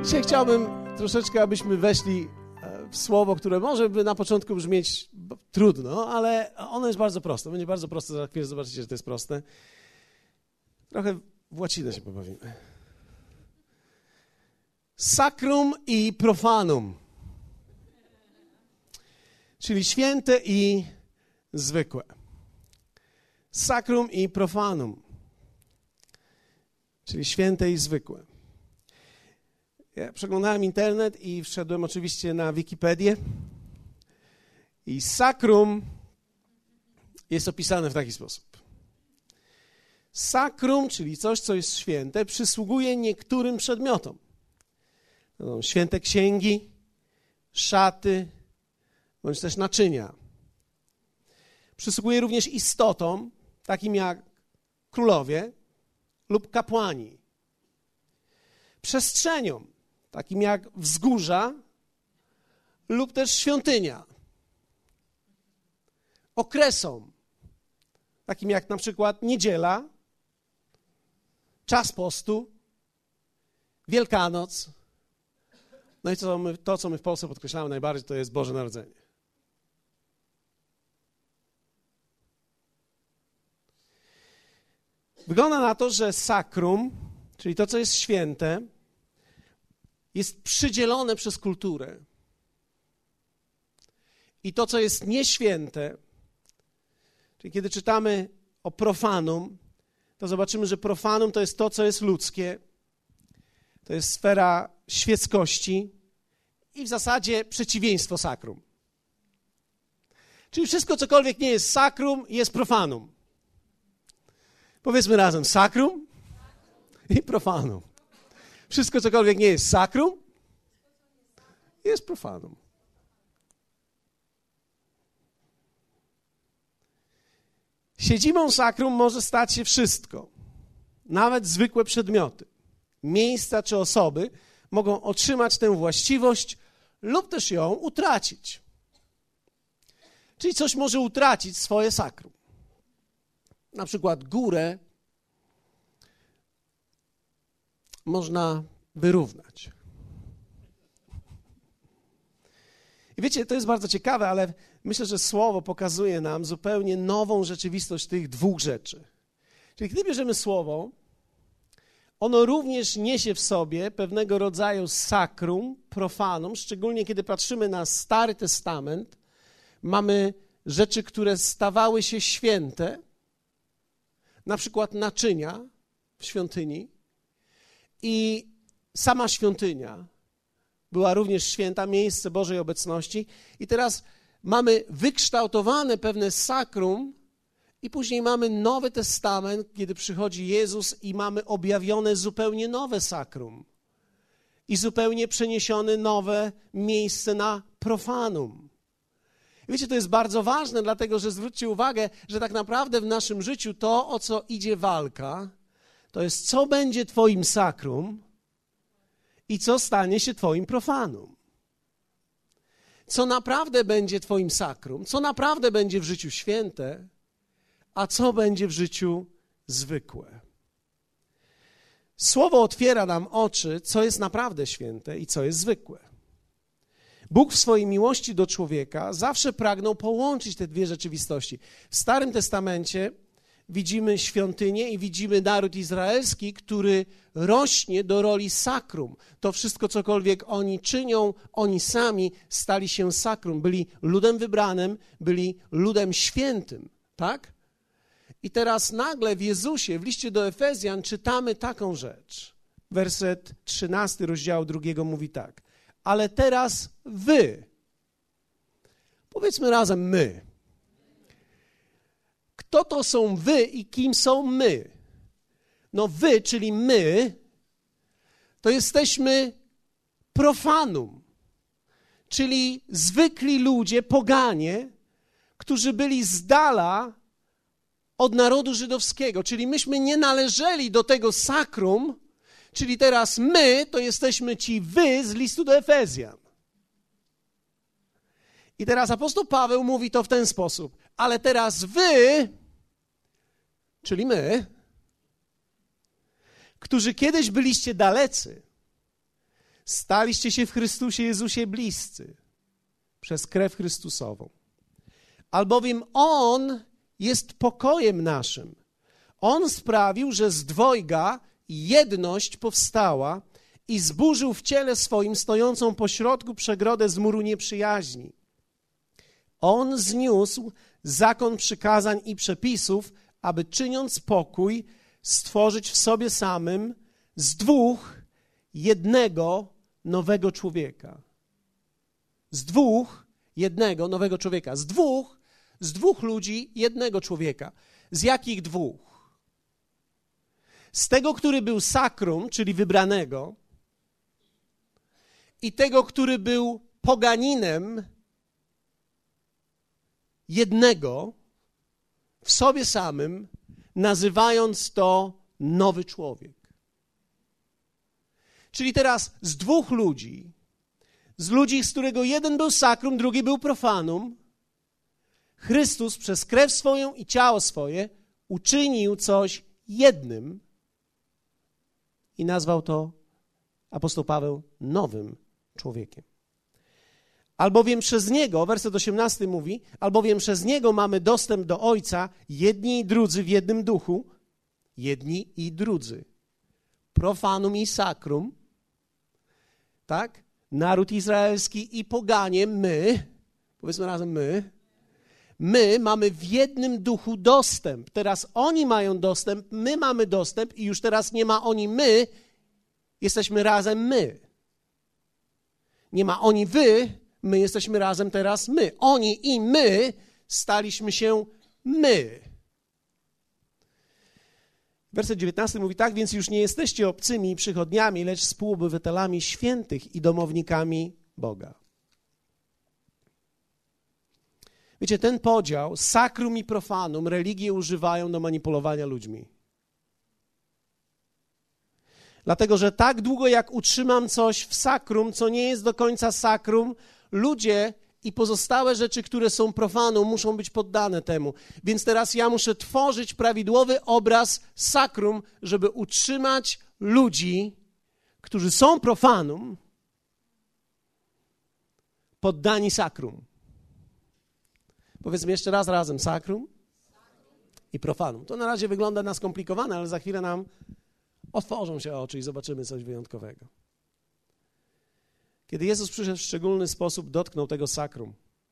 Dzisiaj chciałbym troszeczkę, abyśmy weszli w słowo, które może by na początku brzmieć trudno, ale ono jest bardzo proste. Będzie bardzo proste, za chwilę zobaczycie, że to jest proste. Trochę w łacinę się pobawimy. Sacrum i profanum, czyli święte i zwykłe. Sacrum i profanum, czyli święte i zwykłe. Ja przeglądałem internet i wszedłem oczywiście na Wikipedię i sacrum jest opisane w taki sposób. Sacrum, czyli coś, co jest święte, przysługuje niektórym przedmiotom. To są święte księgi, szaty, bądź też naczynia. Przysługuje również istotom, takim jak królowie lub kapłani. Przestrzeniom, takim jak wzgórza lub też świątynia. Okresom, takim jak na przykład niedziela, czas postu, Wielkanoc. No i to, co my w Polsce podkreślamy najbardziej, to jest Boże Narodzenie. Wygląda na to, że sacrum, czyli to, co jest święte, jest przydzielone przez kulturę. I to, co jest nieświęte, czyli kiedy czytamy o profanum, to zobaczymy, że profanum to jest to, co jest ludzkie, to jest sfera świeckości i w zasadzie przeciwieństwo sacrum. Czyli wszystko, cokolwiek nie jest sacrum, jest profanum. Powiedzmy razem, sacrum i profanum. Wszystko, cokolwiek nie jest sacrum, jest profanum. Siedzibą sacrum może stać się wszystko, nawet zwykłe przedmioty. Miejsca czy osoby mogą otrzymać tę właściwość lub też ją utracić. Czyli coś może utracić swoje sacrum. Na przykład górę można wyrównać. I wiecie, to jest bardzo ciekawe, ale myślę, że Słowo pokazuje nam zupełnie nową rzeczywistość tych dwóch rzeczy. Czyli gdy bierzemy Słowo, ono również niesie w sobie pewnego rodzaju sacrum, profanum, szczególnie kiedy patrzymy na Stary Testament, mamy rzeczy, które stawały się święte, na przykład naczynia w świątyni i sama świątynia była również święta, miejsce Bożej obecności i teraz mamy wykształtowane pewne sacrum i później mamy Nowy Testament, kiedy przychodzi Jezus i mamy objawione zupełnie nowe sacrum i zupełnie przeniesione nowe miejsce na profanum. Wiecie, to jest bardzo ważne, dlatego że zwróćcie uwagę, że tak naprawdę w naszym życiu to, o co idzie walka, to jest co będzie twoim sacrum i co stanie się twoim profanum. Co naprawdę będzie twoim sacrum, co naprawdę będzie w życiu święte, a co będzie w życiu zwykłe. Słowo otwiera nam oczy, co jest naprawdę święte i co jest zwykłe. Bóg w swojej miłości do człowieka zawsze pragnął połączyć te dwie rzeczywistości. W Starym Testamencie widzimy świątynię i widzimy naród izraelski, który rośnie do roli sacrum. To wszystko, cokolwiek oni czynią, oni sami stali się sacrum. Byli ludem wybranym, byli ludem świętym, tak? I teraz nagle w Jezusie, w liście do Efezjan czytamy taką rzecz. Werset 13 rozdziału 2 mówi tak. Ale teraz wy. Powiedzmy razem my. Kto to są wy i kim są my? No wy, czyli my, to jesteśmy profanum, czyli zwykli ludzie, poganie, którzy byli z dala od narodu żydowskiego, czyli myśmy nie należeli do tego sacrum, czyli teraz my to jesteśmy ci wy z listu do Efezjan. I teraz apostoł Paweł mówi to w ten sposób, ale teraz wy, czyli my, którzy kiedyś byliście dalecy, staliście się w Chrystusie Jezusie bliscy przez krew Chrystusową. Albowiem On jest pokojem naszym. On sprawił, że z dwojga jedność powstała i zburzył w ciele swoim stojącą pośrodku przegrodę z muru nieprzyjaźni. On zniósł zakon przykazań i przepisów, aby czyniąc pokój, stworzyć w sobie samym z dwóch jednego nowego człowieka. Z dwóch jednego nowego człowieka. Z dwóch ludzi jednego człowieka. Z jakich dwóch? Z tego, który był sakrum, czyli wybranego, i tego, który był poganinem, jednego w sobie samym, nazywając to nowy człowiek. Czyli teraz z dwóch ludzi, z ludzi, z którego jeden był sakrum, drugi był profanum, Chrystus przez krew swoją i ciało swoje uczynił coś jednym i nazwał to apostoł Paweł nowym człowiekiem. Albowiem przez Niego, werset 18 mówi, albowiem przez Niego mamy dostęp do Ojca, jedni i drudzy w jednym duchu, jedni i drudzy. Profanum i sakrum, tak? Naród izraelski i poganie, my, powiedzmy razem my mamy w jednym duchu dostęp. Teraz oni mają dostęp, my mamy dostęp i już teraz nie ma oni my, jesteśmy razem my. Nie ma oni wy, my jesteśmy razem teraz my. Oni i my staliśmy się my. Werset 19 mówi tak, więc już nie jesteście obcymi i przychodniami, lecz współobywatelami świętych i domownikami Boga. Wiecie, ten podział, sakrum i profanum, religie używają do manipulowania ludźmi. Dlatego, że tak długo jak utrzymam coś w sakrum, co nie jest do końca sakrum, ludzie i pozostałe rzeczy, które są profanum, muszą być poddane temu. Więc teraz ja muszę tworzyć prawidłowy obraz sakrum, żeby utrzymać ludzi, którzy są profanum, poddani sakrum. Powiedzmy jeszcze raz razem, sakrum i profanum. To na razie wygląda na skomplikowane, ale za chwilę nam otworzą się oczy i zobaczymy coś wyjątkowego. Kiedy Jezus przyszedł w szczególny sposób, dotknął tego sakrum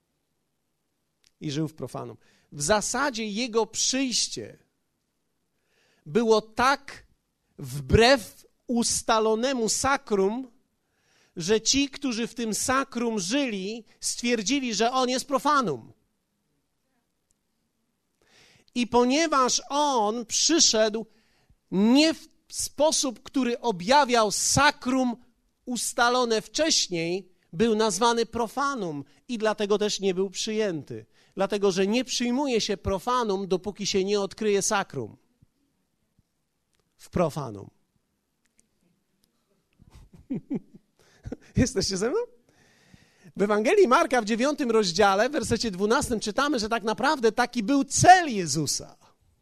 i żył w profanum. W zasadzie Jego przyjście było tak wbrew ustalonemu sakrum, że ci, którzy w tym sakrum żyli, stwierdzili, że On jest profanum. I ponieważ On przyszedł nie w sposób, który objawiał sakrum ustalone wcześniej, był nazwany profanum i dlatego też nie był przyjęty. Dlatego, że nie przyjmuje się profanum, dopóki się nie odkryje sakrum w profanum. Jesteście ze mną? W Ewangelii Marka w 9 rozdziale, w wersecie 12 czytamy, że tak naprawdę taki był cel Jezusa.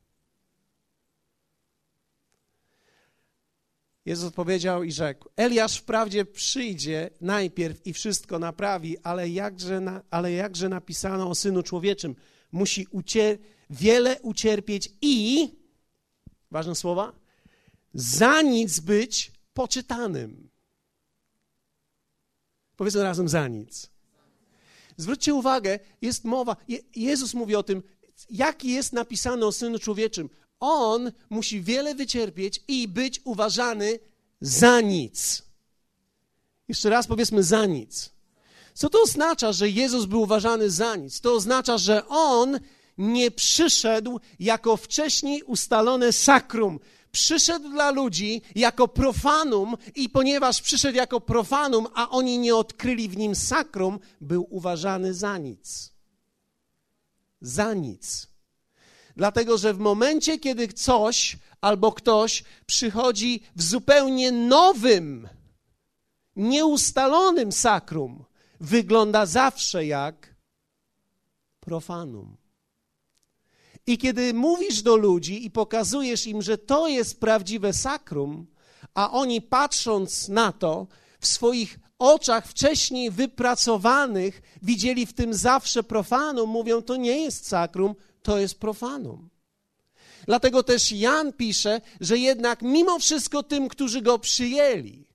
Jezus odpowiedział i rzekł, Eliasz wprawdzie przyjdzie najpierw i wszystko naprawi, ale jakże napisano o Synu Człowieczym, musi wiele ucierpieć i, ważne słowa, za nic być poczytanym. Powiedzmy razem za nic. Zwróćcie uwagę, jest mowa, Jezus mówi o tym, jaki jest napisane o Synu Człowieczym. On musi wiele wycierpieć i być uważany za nic. Jeszcze raz powiedzmy za nic. Co to oznacza, że Jezus był uważany za nic? To oznacza, że On nie przyszedł jako wcześniej ustalone sakrum. Przyszedł dla ludzi jako profanum i ponieważ przyszedł jako profanum, a oni nie odkryli w nim sakrum, był uważany za nic. Za nic. Dlatego, że w momencie, kiedy coś albo ktoś przychodzi w zupełnie nowym, nieustalonym sakrum, wygląda zawsze jak profanum. I kiedy mówisz do ludzi i pokazujesz im, że to jest prawdziwe sakrum, a oni patrząc na to, w swoich oczach wcześniej wypracowanych widzieli w tym zawsze profanum, mówią, to nie jest sakrum, to jest profanum. Dlatego też Jan pisze, że jednak mimo wszystko tym, którzy go przyjęli,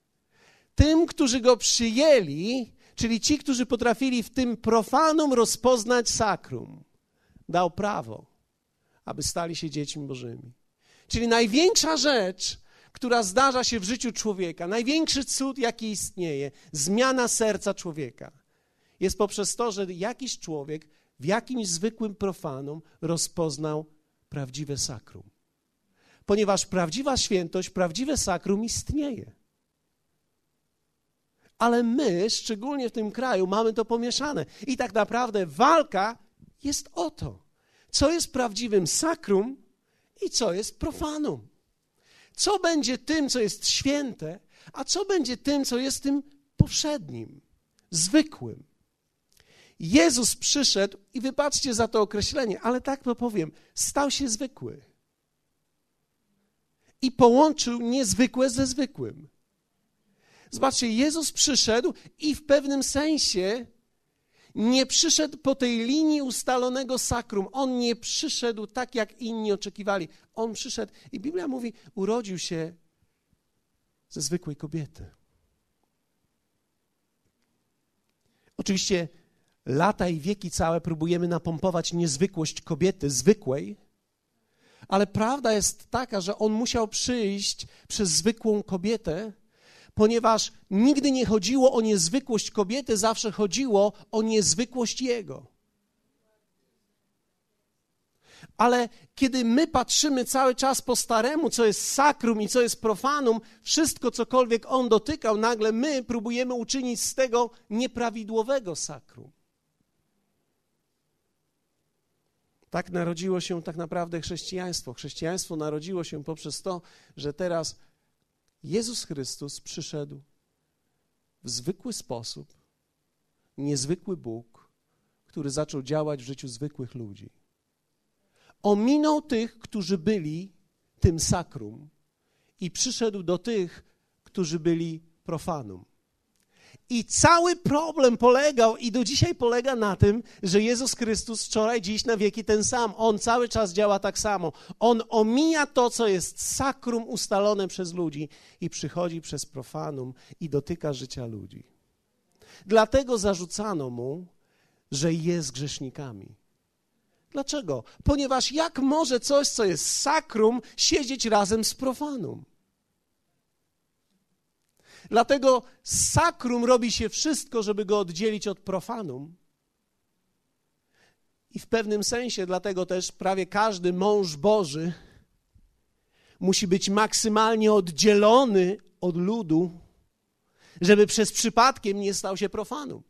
czyli ci, którzy potrafili w tym profanum rozpoznać sakrum, dał prawo, aby stali się dziećmi Bożymi. Czyli największa rzecz, która zdarza się w życiu człowieka, największy cud, jaki istnieje, zmiana serca człowieka, jest poprzez to, że jakiś człowiek w jakimś zwykłym profanum rozpoznał prawdziwe sakrum. Ponieważ prawdziwa świętość, prawdziwe sakrum istnieje. Ale my, szczególnie w tym kraju, mamy to pomieszane. I tak naprawdę walka jest o to, co jest prawdziwym sakrum i co jest profanum. Co będzie tym, co jest święte, a co będzie tym, co jest tym powszednim, zwykłym. Jezus przyszedł i wybaczcie za to określenie, ale tak to powiem, stał się zwykły. I połączył niezwykłe ze zwykłym. Zobaczcie, Jezus przyszedł i w pewnym sensie nie przyszedł po tej linii ustalonego sakrum. On nie przyszedł tak, jak inni oczekiwali. On przyszedł i Biblia mówi, urodził się ze zwykłej kobiety. Oczywiście lata i wieki całe próbujemy napompować niezwykłość kobiety zwykłej, ale prawda jest taka, że on musiał przyjść przez zwykłą kobietę, ponieważ nigdy nie chodziło o niezwykłość kobiety, zawsze chodziło o niezwykłość Jego. Ale kiedy my patrzymy cały czas po staremu, co jest sakrum i co jest profanum, wszystko, cokolwiek On dotykał, nagle my próbujemy uczynić z tego nieprawidłowego sakrum. Tak narodziło się tak naprawdę chrześcijaństwo. Chrześcijaństwo narodziło się poprzez to, że teraz Jezus Chrystus przyszedł w zwykły sposób, niezwykły Bóg, który zaczął działać w życiu zwykłych ludzi. Ominął tych, którzy byli tym sakrum i przyszedł do tych, którzy byli profanum. I cały problem polegał i do dzisiaj polega na tym, że Jezus Chrystus wczoraj, dziś, na wieki ten sam. On cały czas działa tak samo. On omija to, co jest sakrum ustalone przez ludzi i przychodzi przez profanum i dotyka życia ludzi. Dlatego zarzucano mu, że jest grzesznikami. Dlaczego? Ponieważ jak może coś, co jest sakrum, siedzieć razem z profanum? Dlatego z sakrum robi się wszystko, żeby go oddzielić od profanum. I w pewnym sensie dlatego też prawie każdy mąż Boży musi być maksymalnie oddzielony od ludu, żeby przez przypadkiem nie stał się profanum.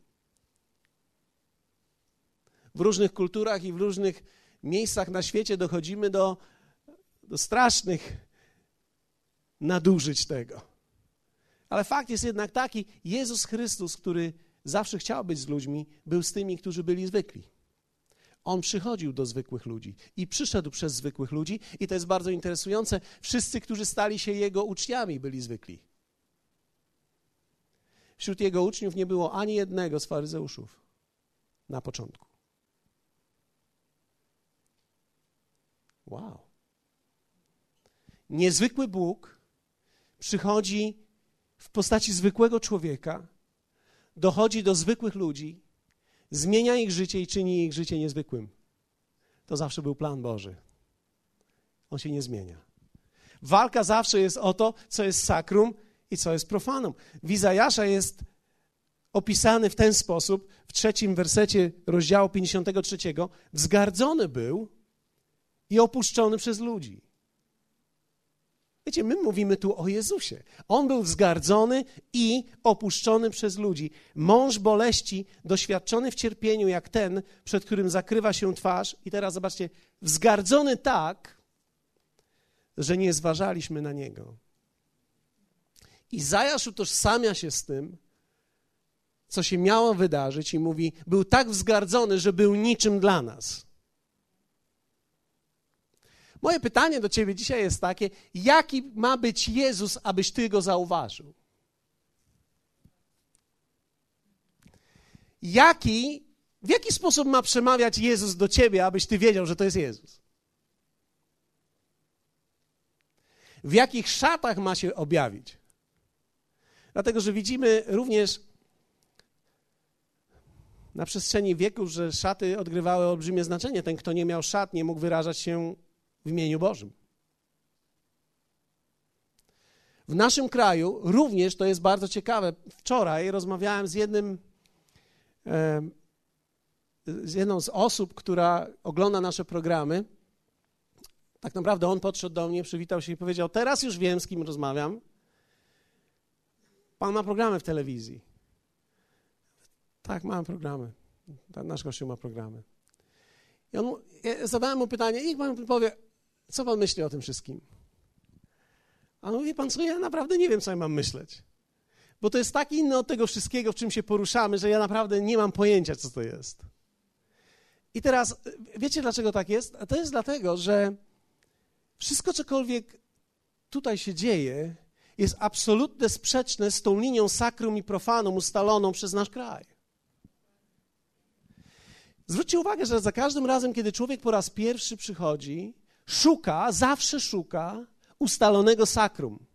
W różnych kulturach i w różnych miejscach na świecie dochodzimy do strasznych nadużyć tego. Ale fakt jest jednak taki, Jezus Chrystus, który zawsze chciał być z ludźmi, był z tymi, którzy byli zwykli. On przychodził do zwykłych ludzi i przyszedł przez zwykłych ludzi i to jest bardzo interesujące. Wszyscy, którzy stali się Jego uczniami, byli zwykli. Wśród Jego uczniów nie było ani jednego z faryzeuszów na początku. Wow. Niezwykły Bóg przychodzi w postaci zwykłego człowieka, dochodzi do zwykłych ludzi, zmienia ich życie i czyni ich życie niezwykłym. To zawsze był plan Boży. On się nie zmienia. Walka zawsze jest o to, co jest sakrum i co jest profanum. W Izajasza jest opisany w ten sposób, w 3 wersecie rozdziału 53, wzgardzony był i opuszczony przez ludzi. Wiecie, my mówimy tu o Jezusie. On był wzgardzony i opuszczony przez ludzi. Mąż boleści, doświadczony w cierpieniu jak ten, przed którym zakrywa się twarz. I teraz zobaczcie, wzgardzony tak, że nie zważaliśmy na Niego. Izajasz utożsamia się z tym, co się miało wydarzyć i mówi, był tak wzgardzony, że był niczym dla nas. Moje pytanie do ciebie dzisiaj jest takie, jaki ma być Jezus, abyś ty go zauważył? w jaki sposób ma przemawiać Jezus do ciebie, abyś ty wiedział, że to jest Jezus? W jakich szatach ma się objawić? Dlatego, że widzimy również na przestrzeni wieków, że szaty odgrywały olbrzymie znaczenie. Ten, kto nie miał szat, nie mógł wyrażać się w imieniu Bożym. W naszym kraju również to jest bardzo ciekawe. Wczoraj rozmawiałem z jedną z osób, która ogląda nasze programy. Tak naprawdę on podszedł do mnie, przywitał się i powiedział: teraz już wiem, z kim rozmawiam. Pan ma programy w telewizji. Tak, mam programy. Nasz Kościół ma programy. I ja zadałem mu pytanie, niech pan powie, co pan myśli o tym wszystkim? A on mówi: pan co, ja naprawdę nie wiem, co ja mam myśleć. Bo to jest tak inne od tego wszystkiego, w czym się poruszamy, że ja naprawdę nie mam pojęcia, co to jest. I teraz, wiecie dlaczego tak jest? A to jest dlatego, że wszystko, cokolwiek tutaj się dzieje, jest absolutnie sprzeczne z tą linią sakrum i profanum ustaloną przez nasz kraj. Zwróćcie uwagę, że za każdym razem, kiedy człowiek po raz pierwszy przychodzi, zawsze szuka ustalonego sakrum.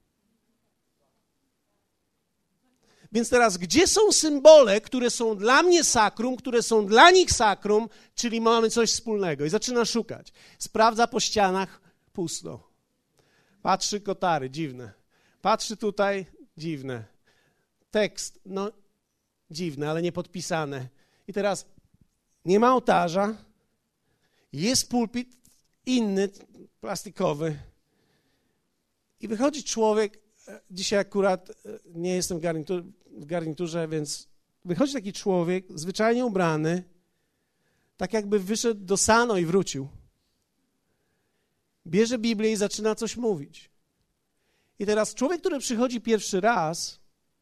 Więc teraz, gdzie są symbole, które są dla mnie sakrum, które są dla nich sakrum, czyli mamy coś wspólnego? I zaczyna szukać. Sprawdza po ścianach, pusto. Patrzy, kotary, dziwne. Patrzy tutaj, dziwne. Tekst, no dziwne, ale nie podpisane. I teraz nie ma ołtarza, jest pulpit inny, plastikowy. I wychodzi człowiek, dzisiaj akurat nie jestem w garniturze, więc wychodzi taki człowiek, zwyczajnie ubrany, tak jakby wyszedł do Sano i wrócił. Bierze Biblię i zaczyna coś mówić. I teraz człowiek, który przychodzi pierwszy raz,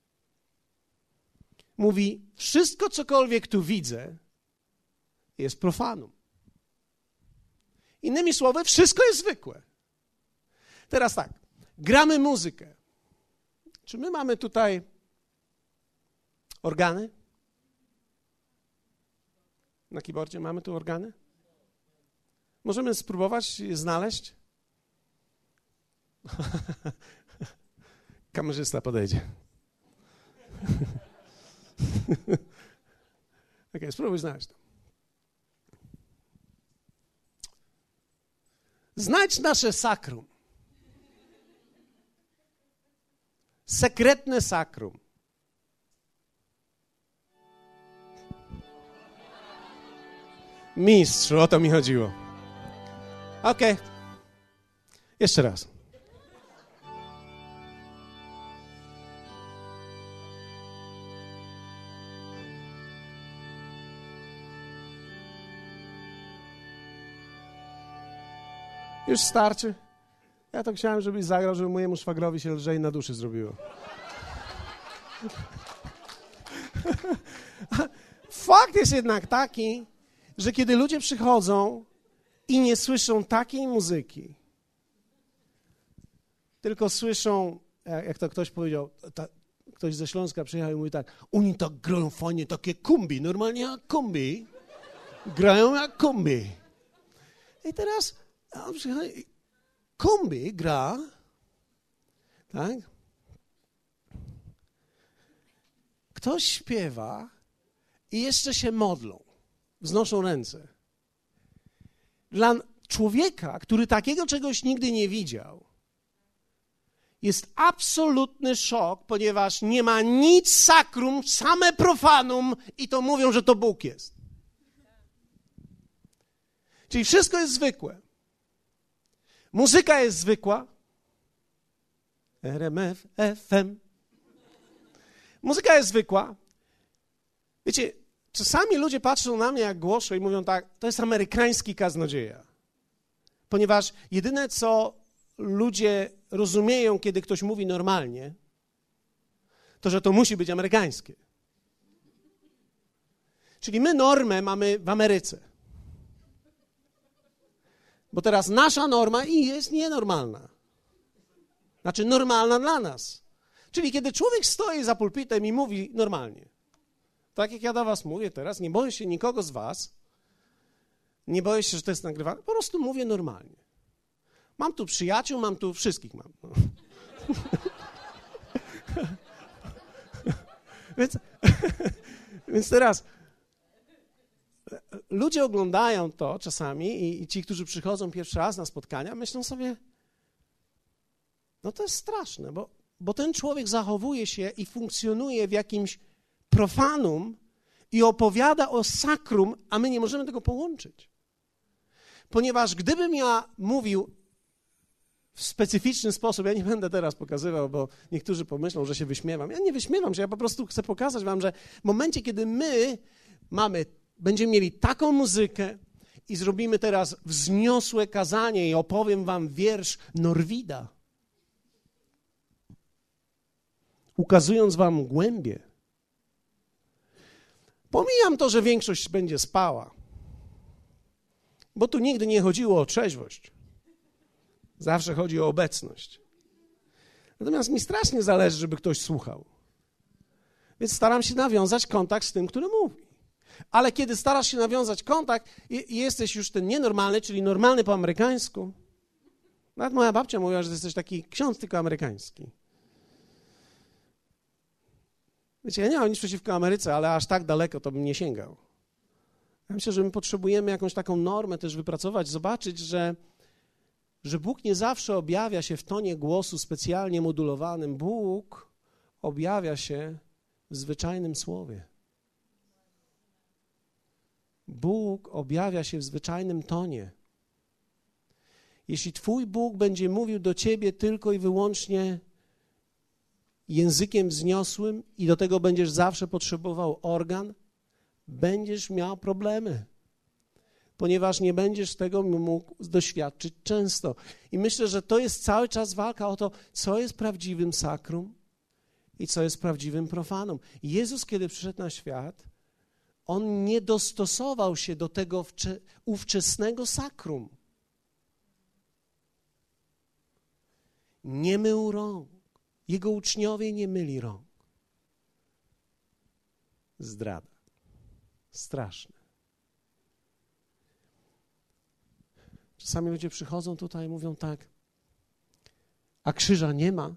mówi: wszystko, cokolwiek tu widzę, jest profanum. Innymi słowy, wszystko jest zwykłe. Teraz tak, gramy muzykę. Czy my mamy tutaj organy? Na keyboardzie mamy tu organy? Możemy spróbować je znaleźć? Kamerzysta podejdzie. Okej, spróbuj znaleźć to. Znajdź nasze sakrum. Sekretne sakrum. Mistrzu, o to mi chodziło. Okej. Jeszcze raz. Już starczy? Ja to chciałem, żebyś zagrał, żeby mojemu szwagrowi się lżej na duszy zrobiło. Fakt jest jednak taki, że kiedy ludzie przychodzą i nie słyszą takiej muzyki, tylko słyszą, jak to ktoś powiedział, ktoś ze Śląska przyjechał i mówi tak: oni tak grają fajnie, takie kumbi, normalnie jak kumbi. Grają jak kumbi. I teraz on przychodzi, kumbi gra, tak? Ktoś śpiewa i jeszcze się modlą, wznoszą ręce. Dla człowieka, który takiego czegoś nigdy nie widział, jest absolutny szok, ponieważ nie ma nic sakrum, same profanum i to mówią, że to Bóg jest. Czyli wszystko jest zwykłe. Muzyka jest zwykła. RMF, FM. Muzyka jest zwykła. Wiecie, czasami ludzie patrzą na mnie, jak głoszę i mówią tak: to jest amerykański kaznodzieja. Ponieważ jedyne, co ludzie rozumieją, kiedy ktoś mówi normalnie, to, że to musi być amerykańskie. Czyli my normę mamy w Ameryce. Bo teraz nasza norma jest nienormalna. Znaczy normalna dla nas. Czyli kiedy człowiek stoi za pulpitem i mówi normalnie, tak jak ja do was mówię teraz, nie boję się nikogo z was, nie boję się, że to jest nagrywane, po prostu mówię normalnie. Mam tu przyjaciół, mam tu wszystkich mam. No. Więc teraz ludzie oglądają to czasami i ci, którzy przychodzą pierwszy raz na spotkania, myślą sobie, no to jest straszne, bo ten człowiek zachowuje się i funkcjonuje w jakimś profanum i opowiada o sakrum, a my nie możemy tego połączyć. Ponieważ gdybym ja mówił w specyficzny sposób, ja nie będę teraz pokazywał, bo niektórzy pomyślą, że się wyśmiewam. Ja nie wyśmiewam się, ja po prostu chcę pokazać wam, że w momencie, kiedy my będziemy mieli taką muzykę i zrobimy teraz wzniosłe kazanie i opowiem wam wiersz Norwida, ukazując wam głębię. Pomijam to, że większość będzie spała, bo tu nigdy nie chodziło o trzeźwość. Zawsze chodzi o obecność. Natomiast mi strasznie zależy, żeby ktoś słuchał. Więc staram się nawiązać kontakt z tym, który mówi. Ale kiedy starasz się nawiązać kontakt i jesteś już ten nienormalny, czyli normalny po amerykańsku, nawet moja babcia mówiła, że jesteś taki ksiądz tylko amerykański. Wiecie, ja nie mam nic przeciwko Ameryce, ale aż tak daleko to bym nie sięgał. Ja myślę, że my potrzebujemy jakąś taką normę też wypracować, zobaczyć, że Bóg nie zawsze objawia się w tonie głosu specjalnie modulowanym. Bóg objawia się w zwyczajnym słowie. Bóg objawia się w zwyczajnym tonie. Jeśli Twój Bóg będzie mówił do Ciebie tylko i wyłącznie językiem wzniosłym i do tego będziesz zawsze potrzebował organ, będziesz miał problemy, ponieważ nie będziesz tego mógł doświadczyć często. I myślę, że to jest cały czas walka o to, co jest prawdziwym sakrum i co jest prawdziwym profanum. Jezus, kiedy przyszedł na świat, On nie dostosował się do tego ówczesnego sakrum. Nie mył rąk. Jego uczniowie nie myli rąk. Zdrada. Straszne. Czasami ludzie przychodzą tutaj i mówią tak, a krzyża nie ma.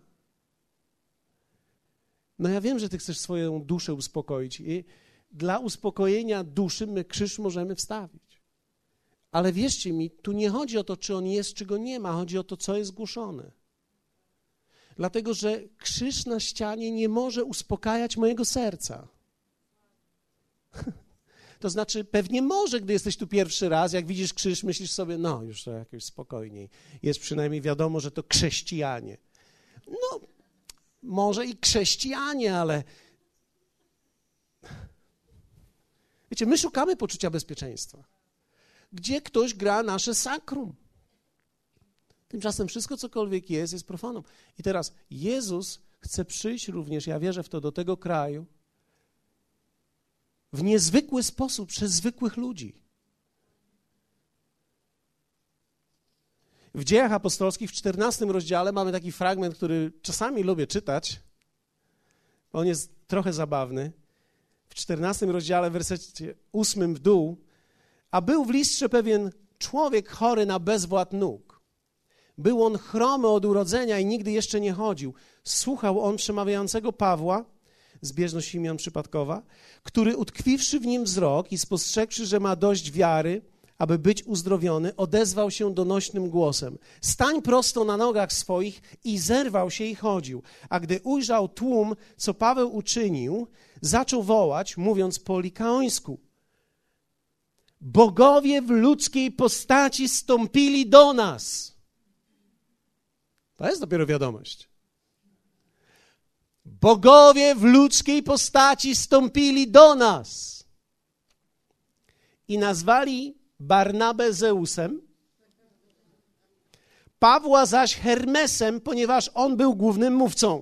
No ja wiem, że ty chcesz swoją duszę uspokoić i dla uspokojenia duszy my krzyż możemy wstawić. Ale wierzcie mi, tu nie chodzi o to, czy on jest, czy go nie ma, chodzi o to, co jest głoszone. Dlatego, że krzyż na ścianie nie może uspokajać mojego serca. To znaczy, pewnie może, gdy jesteś tu pierwszy raz, jak widzisz krzyż, myślisz sobie, no już to jakoś spokojniej. Jest przynajmniej wiadomo, że to chrześcijanie. No, może i chrześcijanie, ale wiecie, my szukamy poczucia bezpieczeństwa. Gdzie ktoś gra nasze sakrum. Tymczasem wszystko, cokolwiek jest profaną. I teraz Jezus chce przyjść również, ja wierzę w to, do tego kraju w niezwykły sposób przez zwykłych ludzi. W Dziejach Apostolskich w 14 rozdziale mamy taki fragment, który czasami lubię czytać. On jest trochę zabawny. W 14 rozdziale, w wersecie 8 w dół, a był w Listrze pewien człowiek chory na bezwład nóg. Był on chromy od urodzenia i nigdy jeszcze nie chodził. Słuchał on przemawiającego Pawła, zbieżność imion przypadkowa, który utkwiwszy w nim wzrok i spostrzegłszy, że ma dość wiary, aby być uzdrowiony, odezwał się donośnym głosem. Stań prosto na nogach swoich i zerwał się i chodził. A gdy ujrzał tłum, co Paweł uczynił, zaczął wołać, mówiąc po likaońsku. Bogowie w ludzkiej postaci stąpili do nas. To jest dopiero wiadomość. Bogowie w ludzkiej postaci stąpili do nas. I nazwali Barnabę Zeusem, Pawła zaś Hermesem, ponieważ on był głównym mówcą.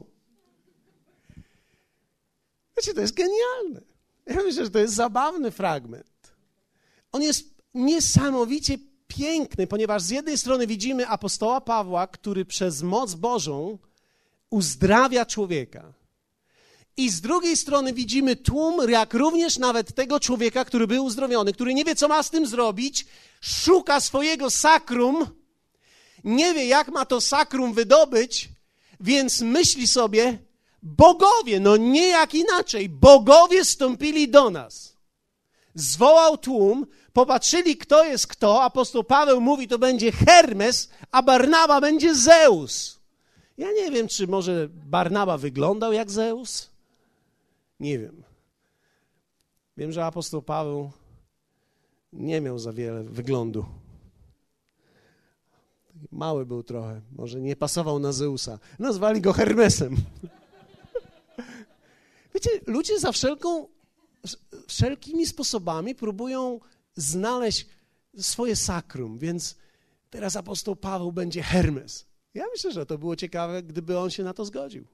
Wiecie, to jest genialne. Ja myślę, że to jest zabawny fragment. On jest niesamowicie piękny, ponieważ z jednej strony widzimy apostoła Pawła, który przez moc Bożą uzdrawia człowieka. I z drugiej strony widzimy tłum, jak również nawet tego człowieka, który był uzdrowiony, który nie wie, co ma z tym zrobić, szuka swojego sakrum, nie wie, jak ma to sakrum wydobyć, więc myśli sobie, bogowie, no nie jak inaczej, bogowie wstąpili do nas. Zwołał tłum, popatrzyli, kto jest kto. Apostoł Paweł mówi, to będzie Hermes, a Barnaba będzie Zeus. Ja nie wiem, czy może Barnaba wyglądał jak Zeus? Nie wiem. Wiem, że apostoł Paweł nie miał za wiele wyglądu. Mały był trochę, może nie pasował na Zeusa. Nazwali go Hermesem. Wiecie, ludzie za wszelkimi sposobami próbują znaleźć swoje sakrum, więc teraz apostoł Paweł będzie Hermes. Ja myślę, że to było ciekawe, gdyby on się na to zgodził.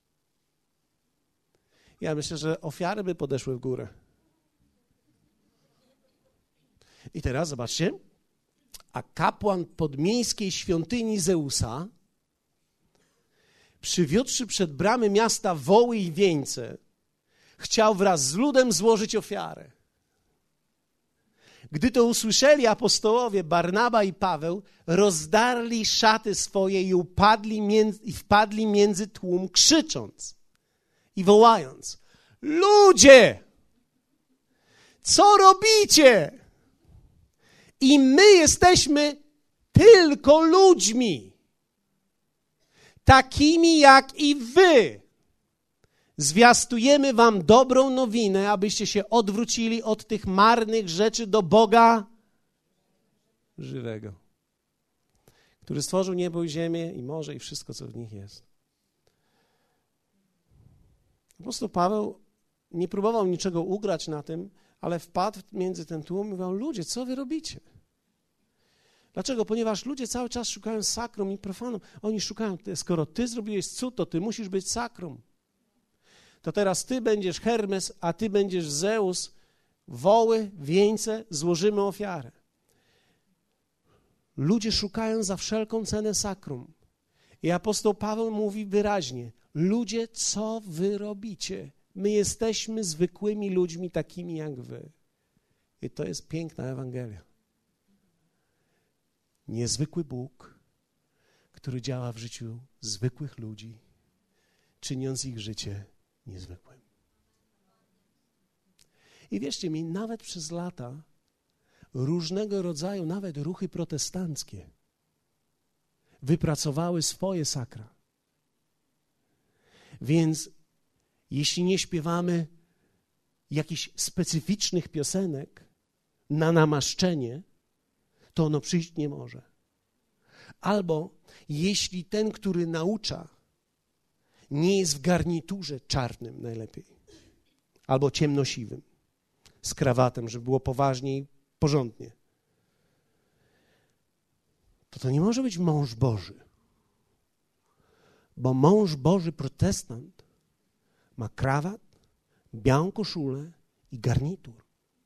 Ja myślę, że ofiary by podeszły w górę. I teraz zobaczcie, a kapłan podmiejskiej świątyni Zeusa, przywiódłszy przed bramy miasta woły i wieńce, chciał wraz z ludem złożyć ofiarę. Gdy to usłyszeli apostołowie Barnaba i Paweł, rozdarli szaty swoje i wpadli między tłum, krzycząc i wołając: ludzie, co robicie? I my jesteśmy tylko ludźmi, takimi jak i wy. Zwiastujemy wam dobrą nowinę, abyście się odwrócili od tych marnych rzeczy do Boga żywego, który stworzył niebo i ziemię i morze i wszystko, co w nich jest. Po prostu Paweł nie próbował niczego ugrać na tym, ale wpadł między ten tłum i mówił: ludzie, co wy robicie? Dlaczego? Ponieważ ludzie cały czas szukają sakrum i profanum. Oni szukają, skoro ty zrobiłeś cud, to ty musisz być sakrum. To teraz ty będziesz Hermes, a ty będziesz Zeus. Woły, wieńce, złożymy ofiarę. Ludzie szukają za wszelką cenę sakrum. I apostoł Paweł mówi wyraźnie: ludzie, co wy robicie? My jesteśmy zwykłymi ludźmi, takimi jak wy. I to jest piękna Ewangelia. Niezwykły Bóg, który działa w życiu zwykłych ludzi, czyniąc ich życie niezwykłym. I wierzcie mi, nawet przez lata różnego rodzaju, nawet ruchy protestanckie wypracowały swoje sakra. Więc jeśli nie śpiewamy jakichś specyficznych piosenek na namaszczenie, to ono przyjść nie może. Albo jeśli ten, który naucza, nie jest w garniturze czarnym najlepiej, albo ciemnosiwym, z krawatem, żeby było poważniej, porządnie, to nie może być mąż Boży. Bo mąż Boży protestant ma krawat, białą koszulę i garnitur.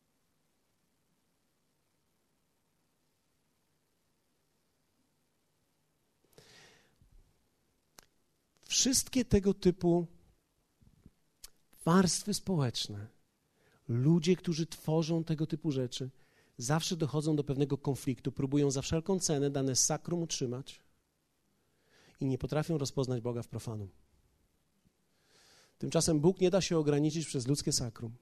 Wszystkie tego typu warstwy społeczne, ludzie, którzy tworzą tego typu rzeczy, zawsze dochodzą do pewnego konfliktu, próbują za wszelką cenę dane sakrum utrzymać i nie potrafią rozpoznać Boga w profanum. Tymczasem Bóg nie da się ograniczyć przez ludzkie sakrum.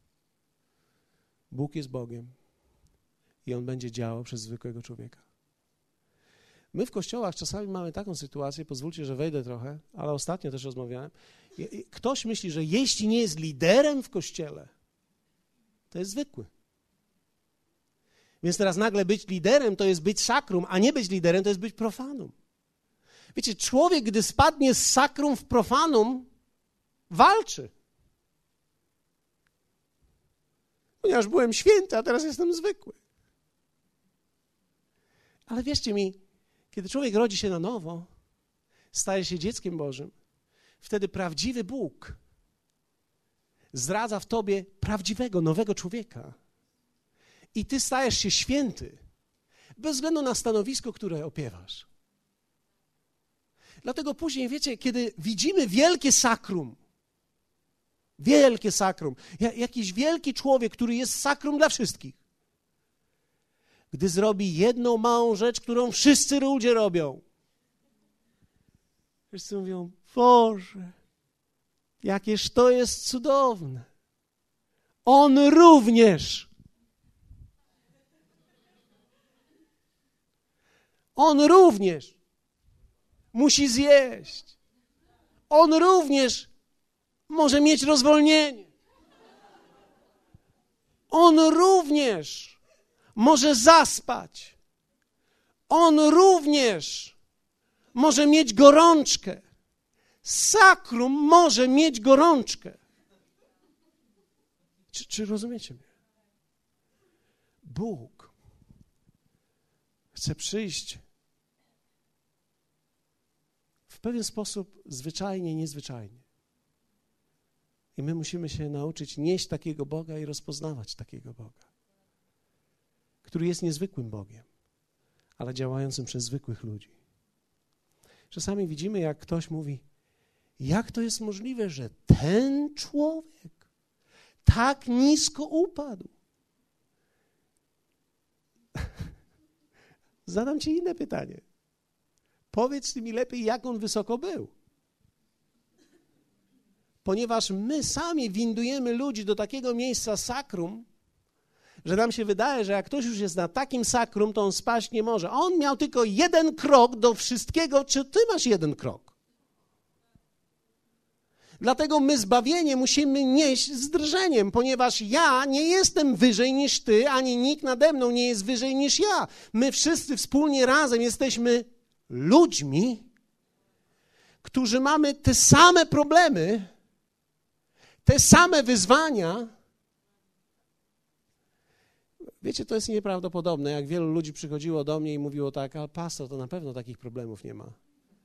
Bóg jest Bogiem i On będzie działał przez zwykłego człowieka. My w kościołach czasami mamy taką sytuację, pozwólcie, że wejdę trochę, ale ostatnio też rozmawiałem. Ktoś myśli, że jeśli nie jest liderem w kościele, to jest zwykły. Więc teraz nagle być liderem to jest być sakrum, a nie być liderem to jest być profanum. Wiecie, człowiek, gdy spadnie z sakrum w profanum, walczy. Ponieważ byłem święty, a teraz jestem zwykły. Ale wierzcie mi, kiedy człowiek rodzi się na nowo, staje się dzieckiem Bożym, wtedy prawdziwy Bóg zdradza w tobie prawdziwego, nowego człowieka. I ty stajesz się święty, bez względu na stanowisko, które opiewasz. Dlatego później, wiecie, kiedy widzimy wielkie sakrum, Wielkie sakrum. Jakiś wielki człowiek, który jest sakrum dla wszystkich. Gdy zrobi jedną małą rzecz, którą wszyscy ludzie robią. Wszyscy mówią, Boże, jakież to jest cudowne. On również. On również musi zjeść. On również może mieć rozwolnienie. On również może zaspać. On również może mieć gorączkę. Sakrum może mieć gorączkę. Czy rozumiecie mnie? Bóg chce przyjść w pewien sposób zwyczajnie, niezwyczajnie. I my musimy się nauczyć nieść takiego Boga i rozpoznawać takiego Boga, który jest niezwykłym Bogiem, ale działającym przez zwykłych ludzi. Czasami widzimy, jak ktoś mówi, jak to jest możliwe, że ten człowiek tak nisko upadł? Zadam ci inne pytanie. Powiedz mi lepiej, jak on wysoko był. Ponieważ my sami windujemy ludzi do takiego miejsca sakrum, że nam się wydaje, że jak ktoś już jest na takim sakrum, to on spaść nie może. On miał tylko jeden krok do wszystkiego. Czy ty masz jeden krok? Dlatego my zbawienie musimy nieść z drżeniem, ponieważ ja nie jestem wyżej niż ty, ani nikt nade mną nie jest wyżej niż ja. My wszyscy wspólnie razem jesteśmy ludźmi, którzy mamy te same problemy, te same wyzwania. Wiecie, to jest nieprawdopodobne, jak wielu ludzi przychodziło do mnie i mówiło tak, ale pastor, to na pewno takich problemów nie ma.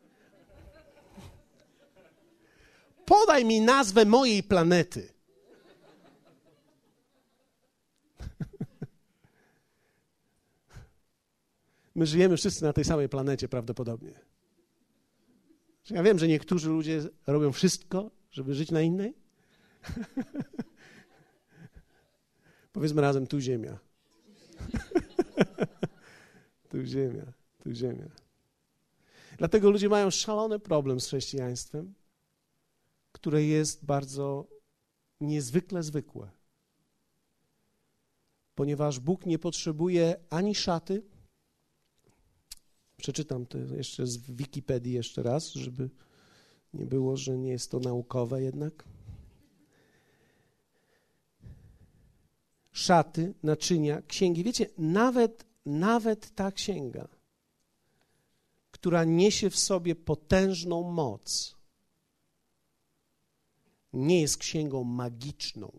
Podaj mi nazwę mojej planety. My żyjemy wszyscy na tej samej planecie prawdopodobnie. Ja wiem, że niektórzy ludzie robią wszystko, żeby żyć na innej. Powiedzmy razem, tu ziemia. Tu ziemia, tu ziemia. Dlatego ludzie mają szalony problem z chrześcijaństwem, które jest bardzo niezwykle zwykłe. Ponieważ Bóg nie potrzebuje ani szaty. Przeczytam to jeszcze z Wikipedii jeszcze raz, żeby nie było, że nie jest to naukowe jednak. Szaty, naczynia, księgi. Wiecie, nawet ta księga, która niesie w sobie potężną moc, nie jest księgą magiczną.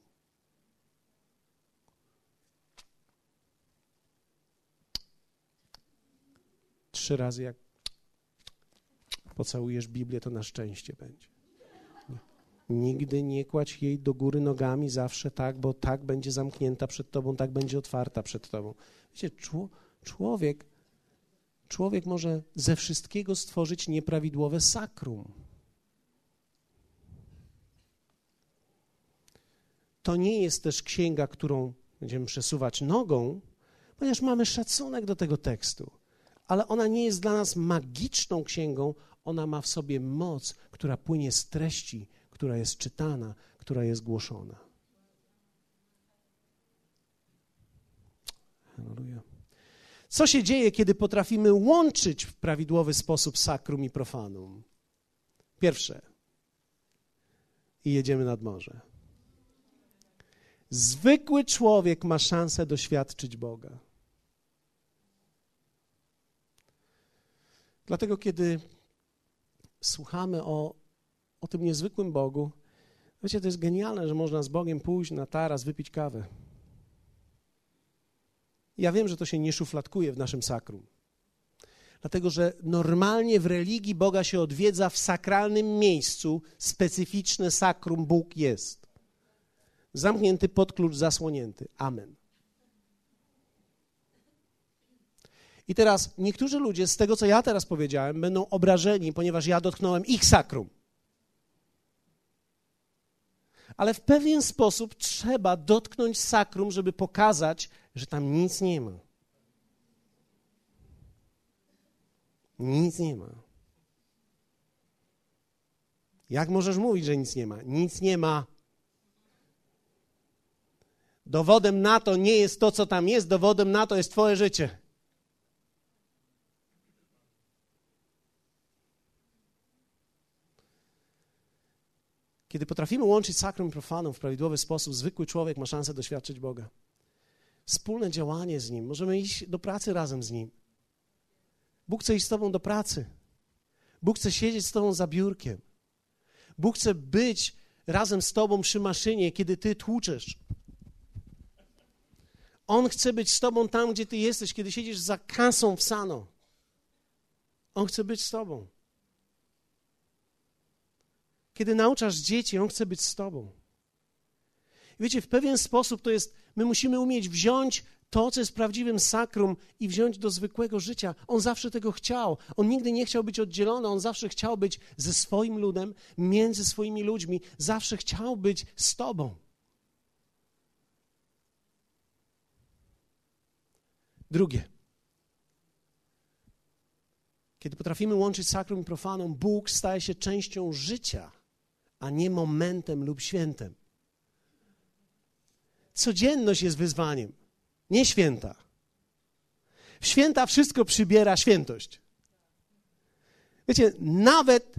Trzy razy jak pocałujesz Biblię, to na szczęście będzie. Nigdy nie kładź jej do góry nogami, zawsze tak, bo tak będzie zamknięta przed tobą, tak będzie otwarta przed tobą. Wiecie, człowiek może ze wszystkiego stworzyć nieprawidłowe sakrum. To nie jest też księga, którą będziemy przesuwać nogą, ponieważ mamy szacunek do tego tekstu. Ale ona nie jest dla nas magiczną księgą, ona ma w sobie moc, która płynie z treści, która jest czytana, która jest głoszona. Halleluja. Co się dzieje, kiedy potrafimy łączyć w prawidłowy sposób sakrum i profanum? Pierwsze. I jedziemy nad morze. Zwykły człowiek ma szansę doświadczyć Boga. Dlatego, kiedy słuchamy o tym niezwykłym Bogu, wiecie, to jest genialne, że można z Bogiem pójść na taras, wypić kawę. Ja wiem, że to się nie szufladkuje w naszym sakrum. Dlatego, że normalnie w religii Boga się odwiedza w sakralnym miejscu, specyficzne sakrum Bóg jest. Zamknięty pod klucz, zasłonięty. Amen. I teraz niektórzy ludzie z tego, co ja teraz powiedziałem, będą obrażeni, ponieważ ja dotknąłem ich sakrum. Ale w pewien sposób trzeba dotknąć sakrum, żeby pokazać, że tam nic nie ma. Nic nie ma. Jak możesz mówić, że nic nie ma? Nic nie ma. Dowodem na to nie jest to, co tam jest, dowodem na to jest twoje życie. Kiedy potrafimy łączyć sakrum i profanum w prawidłowy sposób, zwykły człowiek ma szansę doświadczyć Boga. Wspólne działanie z Nim. Możemy iść do pracy razem z Nim. Bóg chce iść z tobą do pracy. Bóg chce siedzieć z tobą za biurkiem. Bóg chce być razem z tobą przy maszynie, kiedy ty tłuczesz. On chce być z tobą tam, gdzie ty jesteś, kiedy siedzisz za kasą w Sano. On chce być z tobą. Kiedy nauczasz dzieci, On chce być z tobą. I wiecie, w pewien sposób to jest, my musimy umieć wziąć to, co jest prawdziwym sakrum i wziąć do zwykłego życia. On zawsze tego chciał. On nigdy nie chciał być oddzielony. On zawsze chciał być ze swoim ludem, między swoimi ludźmi. Zawsze chciał być z tobą. Drugie. Kiedy potrafimy łączyć sakrum i profanum, Bóg staje się częścią życia, a nie momentem lub świętem. Codzienność jest wyzwaniem, nie święta. W święta wszystko przybiera świętość. Wiecie, nawet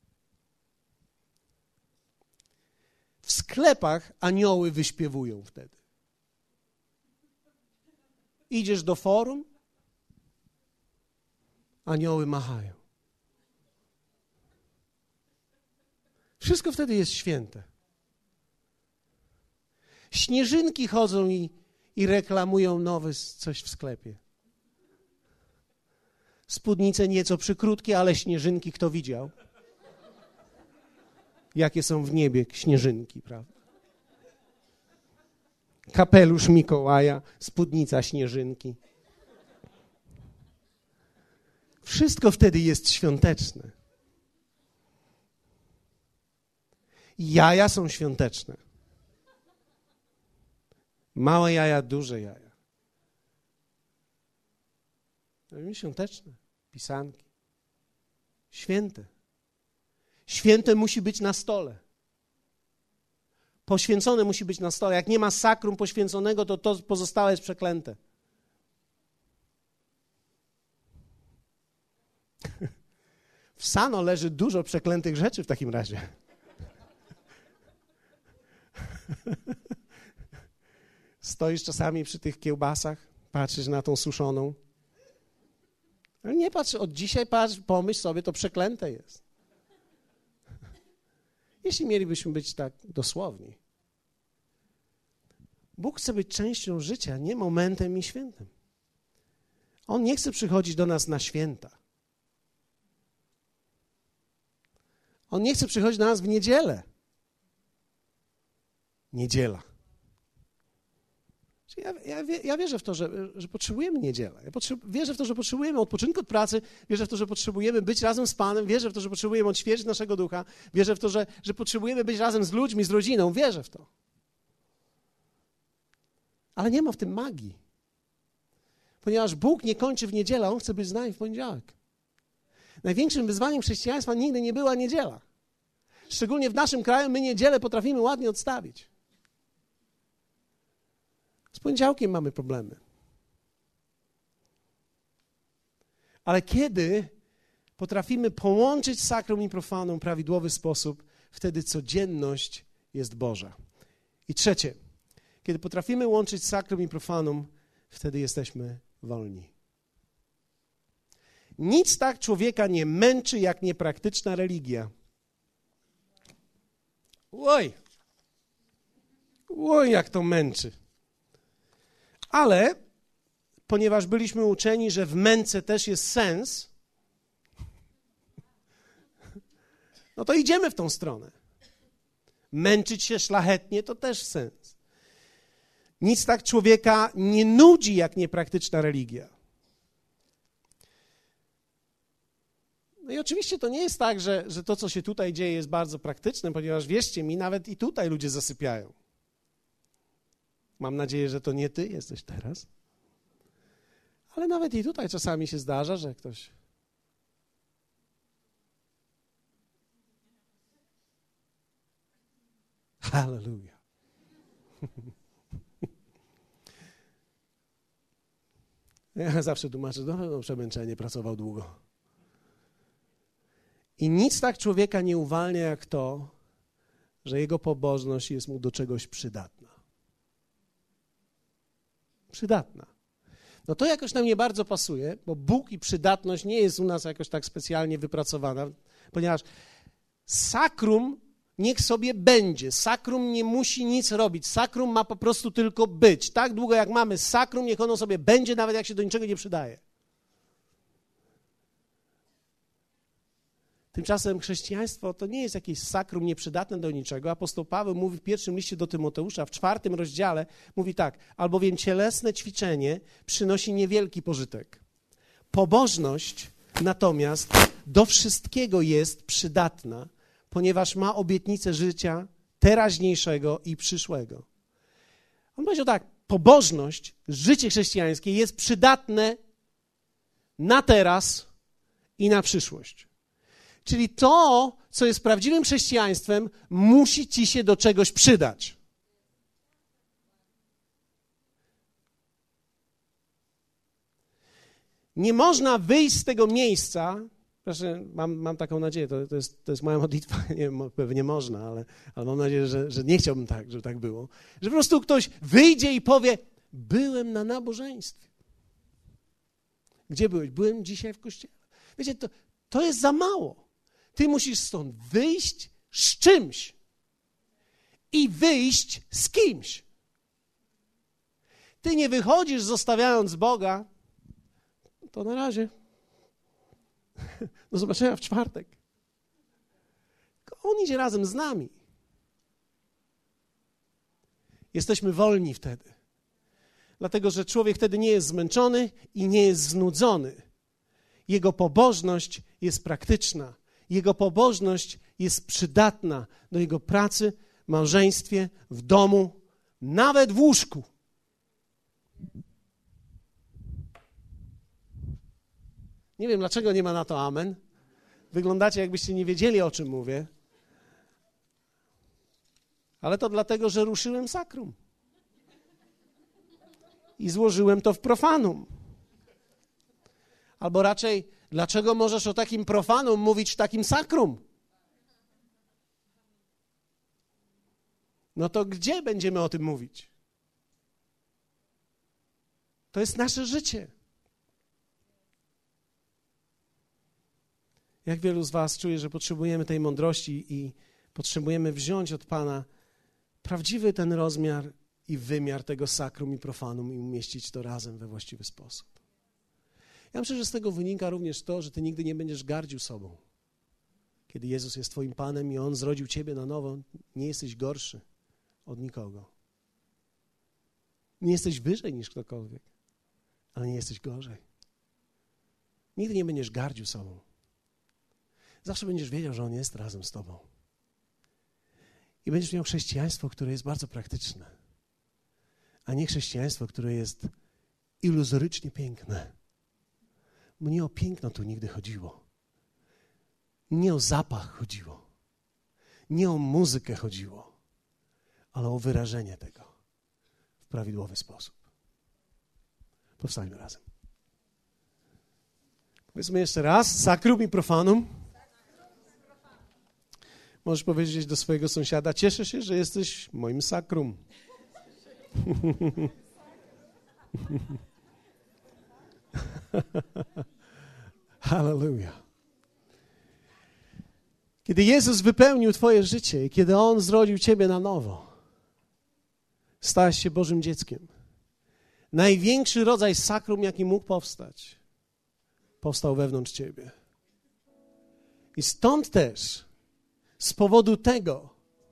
w sklepach anioły wyśpiewują wtedy. Idziesz do forum, anioły machają. Wszystko wtedy jest święte. Śnieżynki chodzą i reklamują nowe coś w sklepie. Spódnice nieco przykrótkie, ale śnieżynki kto widział? Jakie są w niebie śnieżynki, prawda? Kapelusz Mikołaja, spódnica śnieżynki. Wszystko wtedy jest świąteczne. Jaja są świąteczne. Małe jaja, duże jaja. Świąteczne. Pisanki. Święte. Święte musi być na stole. Poświęcone musi być na stole. Jak nie ma sakrum poświęconego, to pozostałe jest przeklęte. W Sano leży dużo przeklętych rzeczy w takim razie. Stoisz czasami przy tych kiełbasach, patrzysz na tą suszoną. Ale nie patrz, od dzisiaj patrz, pomyśl sobie, to przeklęte jest. Jeśli mielibyśmy być tak dosłowni. Bóg chce być częścią życia, nie momentem i świętem. On nie chce przychodzić do nas na święta. On nie chce przychodzić do nas w niedzielę. Niedziela. Ja wierzę w to, że potrzebujemy niedzielę. Wierzę w to, że potrzebujemy odpoczynku od pracy. Wierzę w to, że potrzebujemy być razem z Panem. Wierzę w to, że potrzebujemy odświeżyć naszego ducha. Wierzę w to, że potrzebujemy być razem z ludźmi, z rodziną. Wierzę w to. Ale nie ma w tym magii. Ponieważ Bóg nie kończy w niedzielę, On chce być z nami w poniedziałek. Największym wyzwaniem chrześcijaństwa nigdy nie była niedziela. Szczególnie w naszym kraju my niedzielę potrafimy ładnie odstawić. Z poniedziałkiem mamy problemy. Ale kiedy potrafimy połączyć sakrum i profanum w prawidłowy sposób, wtedy codzienność jest Boża. I trzecie, kiedy potrafimy łączyć sakrum i profanum, wtedy jesteśmy wolni. Nic tak człowieka nie męczy, jak niepraktyczna religia. Oj, jak to męczy. Ale ponieważ byliśmy uczeni, że w męce też jest sens, no to idziemy w tą stronę. Męczyć się szlachetnie to też sens. Nic tak człowieka nie nudzi, jak niepraktyczna religia. No i oczywiście to nie jest tak, że to, co się tutaj dzieje, jest bardzo praktyczne, ponieważ wierzcie mi, nawet i tutaj ludzie zasypiają. Mam nadzieję, że to nie ty jesteś teraz. Ale nawet i tutaj czasami się zdarza, że ktoś... Halleluja. Ja zawsze tłumaczę, no przemęczenie, pracował długo. I nic tak człowieka nie uwalnia jak to, że jego pobożność jest mu do czegoś przydatna. Przydatna. No to jakoś nam nie bardzo pasuje, bo Bóg i przydatność nie jest u nas jakoś tak specjalnie wypracowana, ponieważ sakrum niech sobie będzie. Sakrum nie musi nic robić. Sakrum ma po prostu tylko być. Tak długo jak mamy sakrum, niech ono sobie będzie, nawet jak się do niczego nie przydaje. Tymczasem chrześcijaństwo to nie jest jakieś sakrum nieprzydatne do niczego. Apostoł Paweł mówi w pierwszym liście do Tymoteusza, w 4 rozdziale, mówi tak: albowiem cielesne ćwiczenie przynosi niewielki pożytek. Pobożność natomiast do wszystkiego jest przydatna, ponieważ ma obietnicę życia teraźniejszego i przyszłego. On powiedział tak: pobożność, życie chrześcijańskie jest przydatne na teraz i na przyszłość. Czyli to, co jest prawdziwym chrześcijaństwem, musi ci się do czegoś przydać. Nie można wyjść z tego miejsca, proszę, mam taką nadzieję, to jest moja modlitwa, nie wiem, pewnie można, ale mam nadzieję, że nie chciałbym tak, żeby tak było, że po prostu ktoś wyjdzie i powie: byłem na nabożeństwie. Gdzie byłeś? Byłem dzisiaj w kościele. Wiecie, to jest za mało. Ty musisz stąd wyjść z czymś i wyjść z kimś. Ty nie wychodzisz zostawiając Boga, to na razie. Do zobaczenia w czwartek. On idzie razem z nami. Jesteśmy wolni wtedy. Dlatego, że człowiek wtedy nie jest zmęczony i nie jest znudzony. Jego pobożność jest praktyczna. Jego pobożność jest przydatna do jego pracy, w małżeństwie, w domu, nawet w łóżku. Nie wiem, dlaczego nie ma na to amen. Wyglądacie, jakbyście nie wiedzieli, o czym mówię. Ale to dlatego, że ruszyłem sakrum. I złożyłem to w profanum. Albo raczej, dlaczego możesz o takim profanum mówić w takim sakrum? No to gdzie będziemy o tym mówić? To jest nasze życie. Jak wielu z was czuje, że potrzebujemy tej mądrości i potrzebujemy wziąć od Pana prawdziwy ten rozmiar i wymiar tego sakrum i profanum i umieścić to razem we właściwy sposób. Ja myślę, że z tego wynika również to, że ty nigdy nie będziesz gardził sobą. Kiedy Jezus jest twoim Panem i On zrodził ciebie na nowo, nie jesteś gorszy od nikogo. Nie jesteś wyżej niż ktokolwiek, ale nie jesteś gorzej. Nigdy nie będziesz gardził sobą. Zawsze będziesz wiedział, że On jest razem z tobą. I będziesz miał chrześcijaństwo, które jest bardzo praktyczne, a nie chrześcijaństwo, które jest iluzorycznie piękne. Bo nie o piękno tu nigdy chodziło. Nie o zapach chodziło. Nie o muzykę chodziło, ale o wyrażenie tego w prawidłowy sposób. Powstańmy razem. Powiedzmy jeszcze raz: sakrum i profanum. Możesz powiedzieć do swojego sąsiada: cieszę się, że jesteś moim sakrum. Halleluja. Kiedy Jezus wypełnił twoje życie i kiedy On zrodził ciebie na nowo, stałeś się Bożym dzieckiem. Największy rodzaj sakrum, jaki mógł powstać, powstał wewnątrz ciebie. I stąd też, z powodu tego,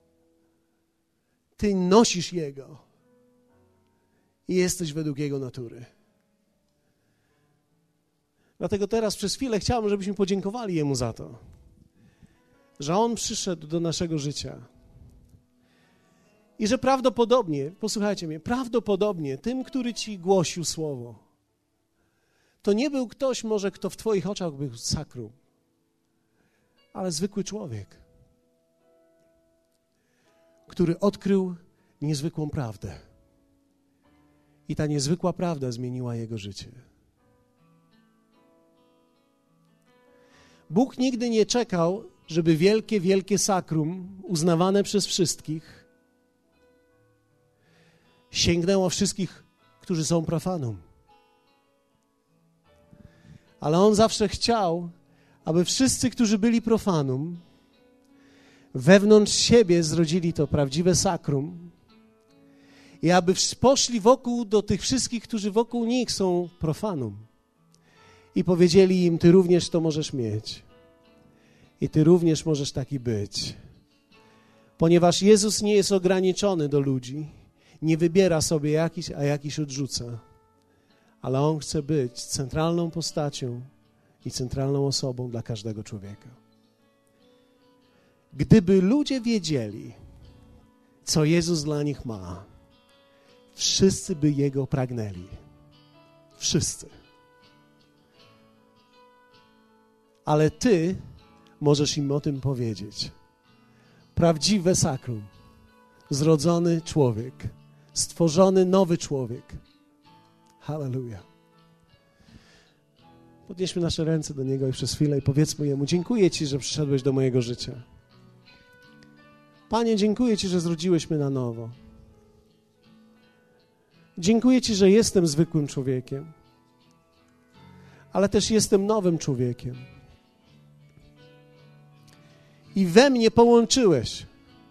ty nosisz Jego i jesteś według Jego natury. Dlatego teraz przez chwilę chciałbym, żebyśmy podziękowali Jemu za to, że On przyszedł do naszego życia. I że prawdopodobnie, posłuchajcie mnie, prawdopodobnie tym, który Ci głosił słowo, to nie był ktoś może, kto w Twoich oczach był sakrum, ale zwykły człowiek, który odkrył niezwykłą prawdę. I ta niezwykła prawda zmieniła jego życie. Bóg nigdy nie czekał, żeby wielkie sakrum, uznawane przez wszystkich, sięgnęło wszystkich, którzy są profanum. Ale On zawsze chciał, aby wszyscy, którzy byli profanum, wewnątrz siebie zrodzili to prawdziwe sakrum i aby poszli wokół do tych wszystkich, którzy wokół nich są profanum i powiedzieli im, Ty również to możesz mieć i Ty również możesz taki być. Ponieważ Jezus nie jest ograniczony do ludzi, nie wybiera sobie jakiś, a jakiś odrzuca, ale On chce być centralną postacią i centralną osobą dla każdego człowieka. Gdyby ludzie wiedzieli, co Jezus dla nich ma, wszyscy by Jego pragnęli. Wszyscy. Ale Ty możesz im o tym powiedzieć. Prawdziwe sakrum, zrodzony człowiek, stworzony nowy człowiek. Halleluja. Podnieśmy nasze ręce do Niego i przez chwilę i powiedzmy Jemu, dziękuję Ci, że przyszedłeś do mojego życia. Panie, dziękuję Ci, że zrodziłeś mnie na nowo. Dziękuję Ci, że jestem zwykłym człowiekiem, ale też jestem nowym człowiekiem. I we mnie połączyłeś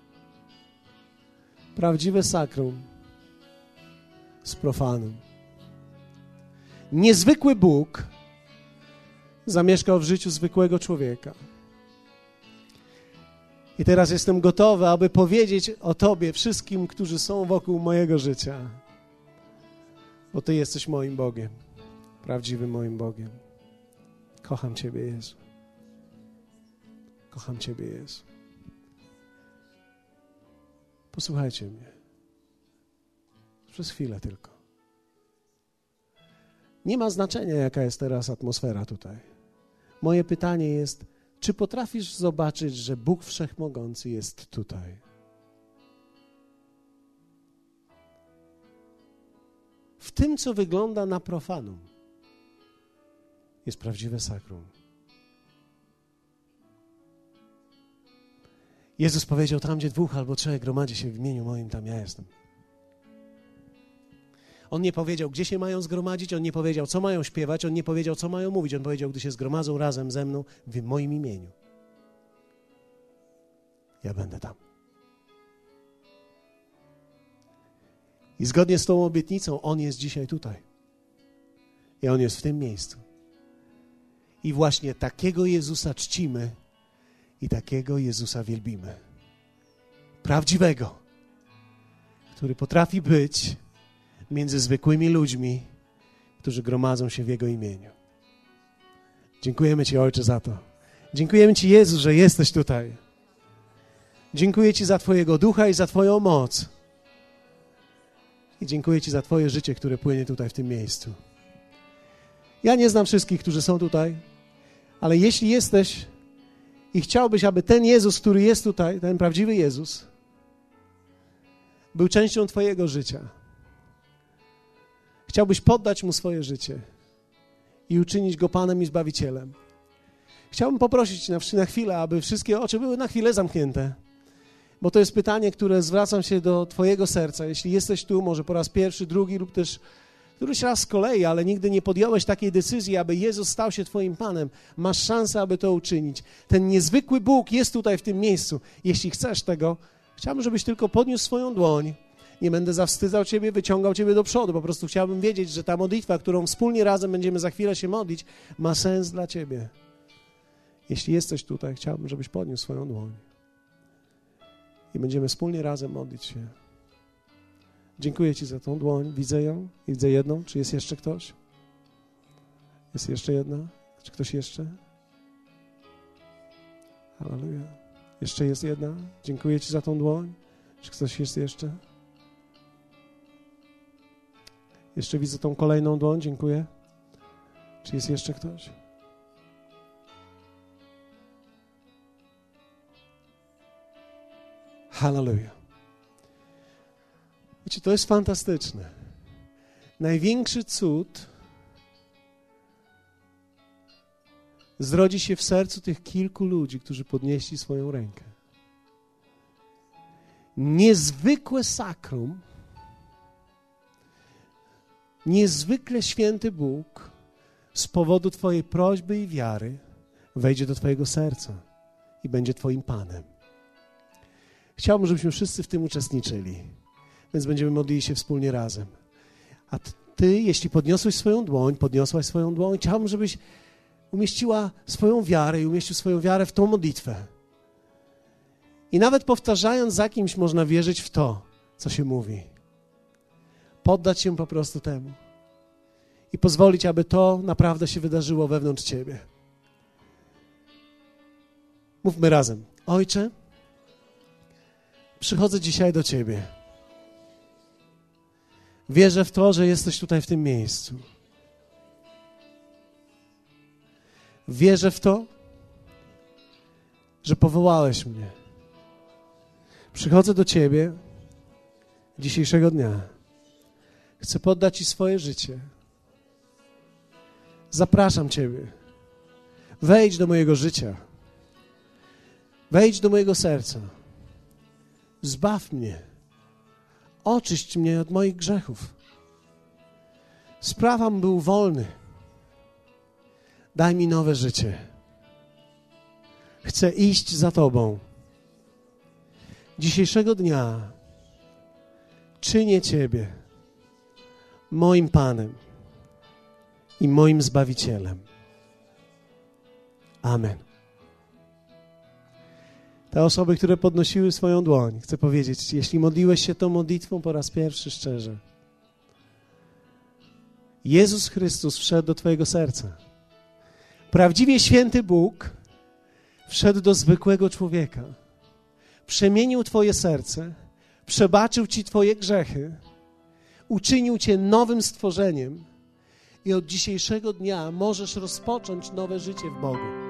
prawdziwe sakrum z profanem. Niezwykły Bóg zamieszkał w życiu zwykłego człowieka. I teraz jestem gotowy, aby powiedzieć o Tobie wszystkim, którzy są wokół mojego życia. Bo Ty jesteś moim Bogiem, prawdziwym moim Bogiem. Kocham Ciebie, Jezu. Kocham Ciebie, Jezu. Posłuchajcie mnie. Przez chwilę tylko. Nie ma znaczenia, jaka jest teraz atmosfera tutaj. Moje pytanie jest, czy potrafisz zobaczyć, że Bóg Wszechmogący jest tutaj? W tym, co wygląda na profanum, jest prawdziwe sakrum. Jezus powiedział, tam gdzie 2 albo 3 gromadzi się w imieniu moim, tam ja jestem. On nie powiedział, gdzie się mają zgromadzić, On nie powiedział, co mają śpiewać, On nie powiedział, co mają mówić. On powiedział, gdy się zgromadzą razem ze mną w moim imieniu, ja będę tam. I zgodnie z tą obietnicą On jest dzisiaj tutaj. I On jest w tym miejscu. I właśnie takiego Jezusa czcimy i takiego Jezusa wielbimy. Prawdziwego, który potrafi być między zwykłymi ludźmi, którzy gromadzą się w Jego imieniu. Dziękujemy Ci, Ojcze, za to. Dziękujemy Ci, Jezu, że jesteś tutaj. Dziękuję Ci za Twojego Ducha i za Twoją moc. I dziękuję Ci za Twoje życie, które płynie tutaj w tym miejscu. Ja nie znam wszystkich, którzy są tutaj, ale jeśli jesteś i chciałbyś, aby ten Jezus, który jest tutaj, ten prawdziwy Jezus, był częścią Twojego życia, chciałbyś poddać Mu swoje życie i uczynić Go Panem i Zbawicielem, chciałbym poprosić na chwilę, aby wszystkie oczy były na chwilę zamknięte, bo to jest pytanie, które zwracam się do Twojego serca. Jeśli jesteś tu, może po raz pierwszy, drugi lub też któryś raz z kolei, ale nigdy nie podjąłeś takiej decyzji, aby Jezus stał się Twoim Panem, masz szansę, aby to uczynić. Ten niezwykły Bóg jest tutaj w tym miejscu. Jeśli chcesz tego, chciałbym, żebyś tylko podniósł swoją dłoń. Nie będę zawstydzał Ciebie, wyciągał Ciebie do przodu. Po prostu chciałbym wiedzieć, że ta modlitwa, którą wspólnie razem będziemy za chwilę się modlić, ma sens dla Ciebie. Jeśli jesteś tutaj, chciałbym, żebyś podniósł swoją dłoń. I będziemy wspólnie razem modlić się. Dziękuję Ci za tą dłoń. Widzę ją. Widzę jedną. Czy jest jeszcze ktoś? Jest jeszcze jedna? Czy ktoś jeszcze? Halleluja. Jeszcze jest jedna? Dziękuję Ci za tą dłoń. Czy ktoś jest jeszcze? Jeszcze widzę tą kolejną dłoń. Dziękuję. Czy jest jeszcze ktoś? Halleluja. Wiecie, to jest fantastyczne. Największy cud zrodzi się w sercu tych kilku ludzi, którzy podnieśli swoją rękę. Niezwykłe sakrum, niezwykle święty Bóg z powodu Twojej prośby i wiary wejdzie do Twojego serca i będzie Twoim Panem. Chciałbym, żebyśmy wszyscy w tym uczestniczyli, więc będziemy modlili się wspólnie razem. A Ty, jeśli podniosłaś swoją dłoń, chciałbym, żebyś umieściła swoją wiarę i umieścił swoją wiarę w tą modlitwę. I nawet powtarzając za kimś można wierzyć w to, co się mówi. Poddać się po prostu temu. I pozwolić, aby to naprawdę się wydarzyło wewnątrz Ciebie. Mówmy razem. Ojcze, przychodzę dzisiaj do Ciebie. Wierzę w to, że jesteś tutaj w tym miejscu. Wierzę w to, że powołałeś mnie. Przychodzę do Ciebie dzisiejszego dnia. Chcę poddać Ci swoje życie. Zapraszam Ciebie. Wejdź do mojego życia. Wejdź do mojego serca. Zbaw mnie. Oczyść mnie od moich grzechów. Spraw, abym był wolny. Daj mi nowe życie. Chcę iść za Tobą. Dzisiejszego dnia czynię Ciebie moim Panem i moim Zbawicielem. Amen. Te osoby, które podnosiły swoją dłoń, chcę powiedzieć, jeśli modliłeś się tą modlitwą po raz pierwszy szczerze, Jezus Chrystus wszedł do Twojego serca. Prawdziwie święty Bóg wszedł do zwykłego człowieka. Przemienił Twoje serce, przebaczył Ci Twoje grzechy, uczynił Cię nowym stworzeniem i od dzisiejszego dnia możesz rozpocząć nowe życie w Bogu.